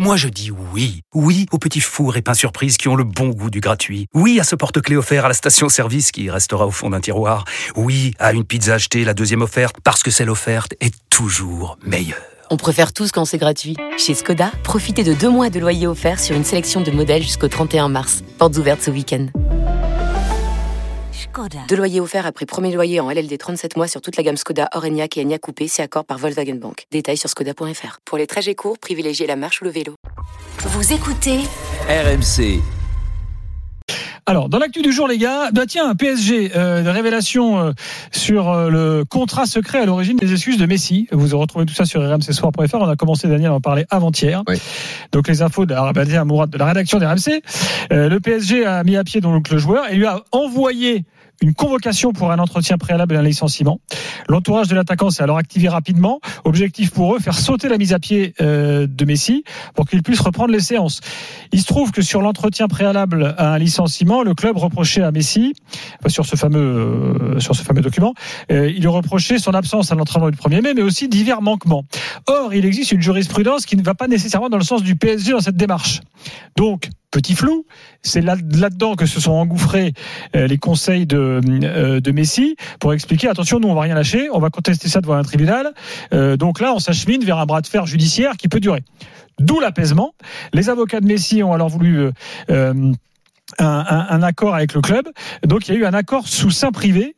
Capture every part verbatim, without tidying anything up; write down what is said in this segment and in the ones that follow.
Moi je dis oui. Oui aux petits fours et pains surprises qui ont le bon goût du gratuit. Oui à ce porte-clés offert à la station-service qui restera au fond d'un tiroir. Oui à une pizza achetée, la deuxième offerte, parce que celle offerte est toujours meilleure. On préfère tous quand c'est gratuit. Chez Skoda, profitez de deux mois de loyer offert sur une sélection de modèles jusqu'au trente et un mars. Portes ouvertes ce week-end. Skoda. Deux loyers offerts après premier loyer en L L D trente-sept mois sur toute la gamme Skoda, Orenia et Enyaq Coupé, c'est accord par Volkswagen Bank. Détails sur skoda point f r. Pour les trajets courts, privilégiez la marche ou le vélo. Vous écoutez R M C. Alors, dans l'actu du jour, les gars, bah tiens, P S G, euh, de révélation euh, sur euh, le contrat secret à l'origine des excuses de Messi. Vous retrouvez tout ça sur r m c soir point f r. On a commencé, Daniel, à en parler avant-hier. Oui. Donc, les infos de, de la rédaction des R M C. Euh, le P S G a mis à pied donc le joueur et lui a envoyé une convocation pour un entretien préalable et un licenciement. L'entourage de l'attaquant s'est alors activé rapidement. Objectif pour eux, faire sauter la mise à pied euh, de Messi pour qu'il puisse reprendre les séances. Il se trouve que sur l'entretien préalable à un licenciement, le club reprochait à Messi, enfin, sur ce fameux euh, sur ce fameux document, euh, il lui reprochait son absence à l'entraînement du premier mai, mais aussi divers manquements. Or, il existe une jurisprudence qui ne va pas nécessairement dans le sens du P S G dans cette démarche. Donc, petit flou, c'est là, là-dedans que se sont engouffrés euh, les conseils de, euh, de Messi pour expliquer, attention, nous on va rien lâcher, on va contester ça devant un tribunal. Euh, donc là, on s'achemine vers un bras de fer judiciaire qui peut durer. D'où l'apaisement. Les avocats de Messi ont alors voulu euh, euh, Un, un, un accord avec le club. Donc il y a eu un accord sous seing privé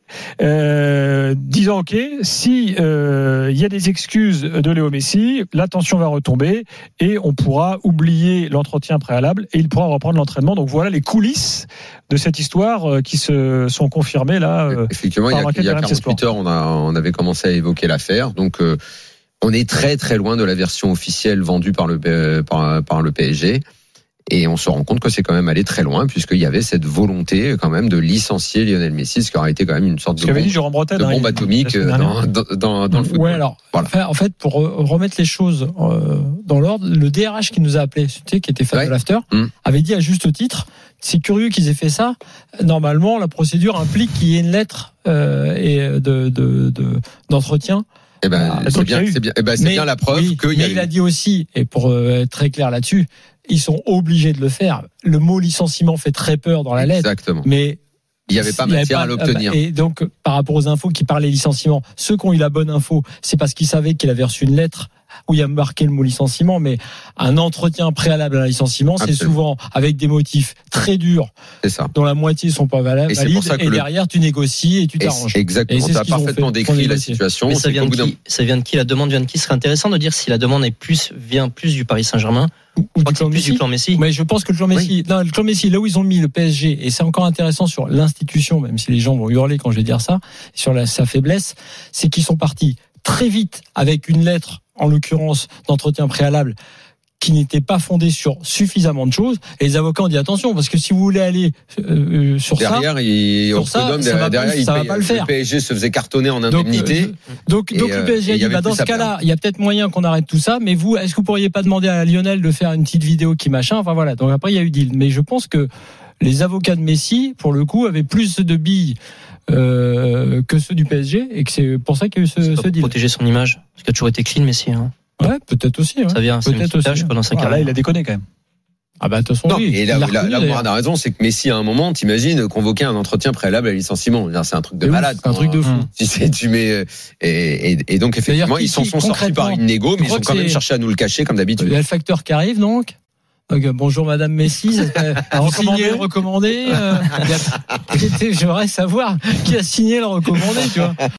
euh, disant ok, si euh, il y a des excuses de Léo Messi, la tension va retomber et on pourra oublier l'entretien préalable et il pourra reprendre l'entraînement. Donc voilà les coulisses de cette histoire euh, qui se sont confirmées là. Euh, Effectivement, il y a, il y a quarante-huit heures, on, a, on avait commencé à évoquer l'affaire. Donc euh, on est très très loin de la version officielle vendue par le euh, par, par le P S G. Et on se rend compte que c'est quand même allé très loin, puisqu'il y avait cette volonté quand même de licencier Lionel Messi, ce qui aurait été quand même une sorte de bombe, dit, Bretagne, de bombe hein, atomique dans, dans, dans, dans le football. Ouais, alors, voilà. En fait, pour remettre les choses euh, dans l'ordre, le D R H qui nous a appelé, tu sais, qui était fan ouais. de l'after, hum. avait dit à juste titre, c'est curieux qu'ils aient fait ça. Normalement, la procédure implique qu'il y ait une lettre euh, et de, de, de, d'entretien. Eh ben, ah, c'est bien, c'est bien, eh ben, c'est mais, bien la preuve oui, qu'il y a. Mais il a dit aussi, et pour euh, être très clair là-dessus, ils sont obligés de le faire. Le mot licenciement fait très peur dans la lettre. Exactement. Mais il n'y avait pas matière avait pas, à l'obtenir. Et donc, par rapport aux infos qui parlaient licenciement, ceux qui ont eu la bonne info, c'est parce qu'ils savaient qu'il avait reçu une lettre où il y a marqué le mot licenciement, mais un entretien préalable à un licenciement, Absolument. c'est souvent avec des motifs très durs, c'est ça. dont la moitié sont pas valables, et, valides, et le... derrière tu négocies et tu t'arranges. Exactement, tu as parfaitement décrit la situation. Mais ça vient, de qui, ça vient de qui? La demande vient de qui? Ce serait intéressant de dire si la demande est plus, vient plus du Paris Saint-Germain ou du clan, Messi. du clan Messi. Mais je pense que le clan Messi, oui. non, le clan Messi, là où ils ont mis le P S G, et c'est encore intéressant sur l'institution, même si les gens vont hurler quand je vais dire ça, sur la, sa faiblesse, c'est qu'ils sont partis très vite avec une lettre, en l'occurrence d'entretien préalable, qui n'était pas fondée sur suffisamment de choses. Et les avocats ont dit attention, parce que si vous voulez aller euh, sur derrière, ça, il, sur ça, ça derrière, derrière, ça il va pas le faire. Le P S G se faisait cartonner en indemnité. Donc, euh, donc, et donc euh, le P S G a dit bah, dans ce cas-là, il y a peut-être moyen qu'on arrête tout ça. Mais vous, est-ce que vous pourriez pas demander à Lionel de faire une petite vidéo qui machin? Enfin voilà. Donc après, il y a eu deal. Mais je pense que les avocats de Messi, pour le coup, avaient plus de billes euh, que ceux du P S G, et que c'est pour ça qu'il y a eu ce, ce deal. Protéger son image, parce qu'il a toujours été clean, Messi. Hein. Ouais, peut-être aussi. Ouais. Ça vient, c'est peut-être aussi. Pendant sa carrière. Là, il a déconné quand même. Ah bah de toute façon, non, oui. Et là, là, là Mourad a raison, c'est que Messi à un moment, t'imagines convoquer un entretien préalable à licenciement. C'est un truc de et malade. C'est un truc de fou. Si c'est, tu mets et, et, et donc effectivement, ils s'en sont sortis par une négo, mais ils ont quand même cherché à nous le cacher comme d'habitude. Il y a le facteur qui arrive donc. Donc, bonjour Madame Messi, recommandé, recommandé. Euh, J'aimerais savoir qui a signé le recommandé, tu vois.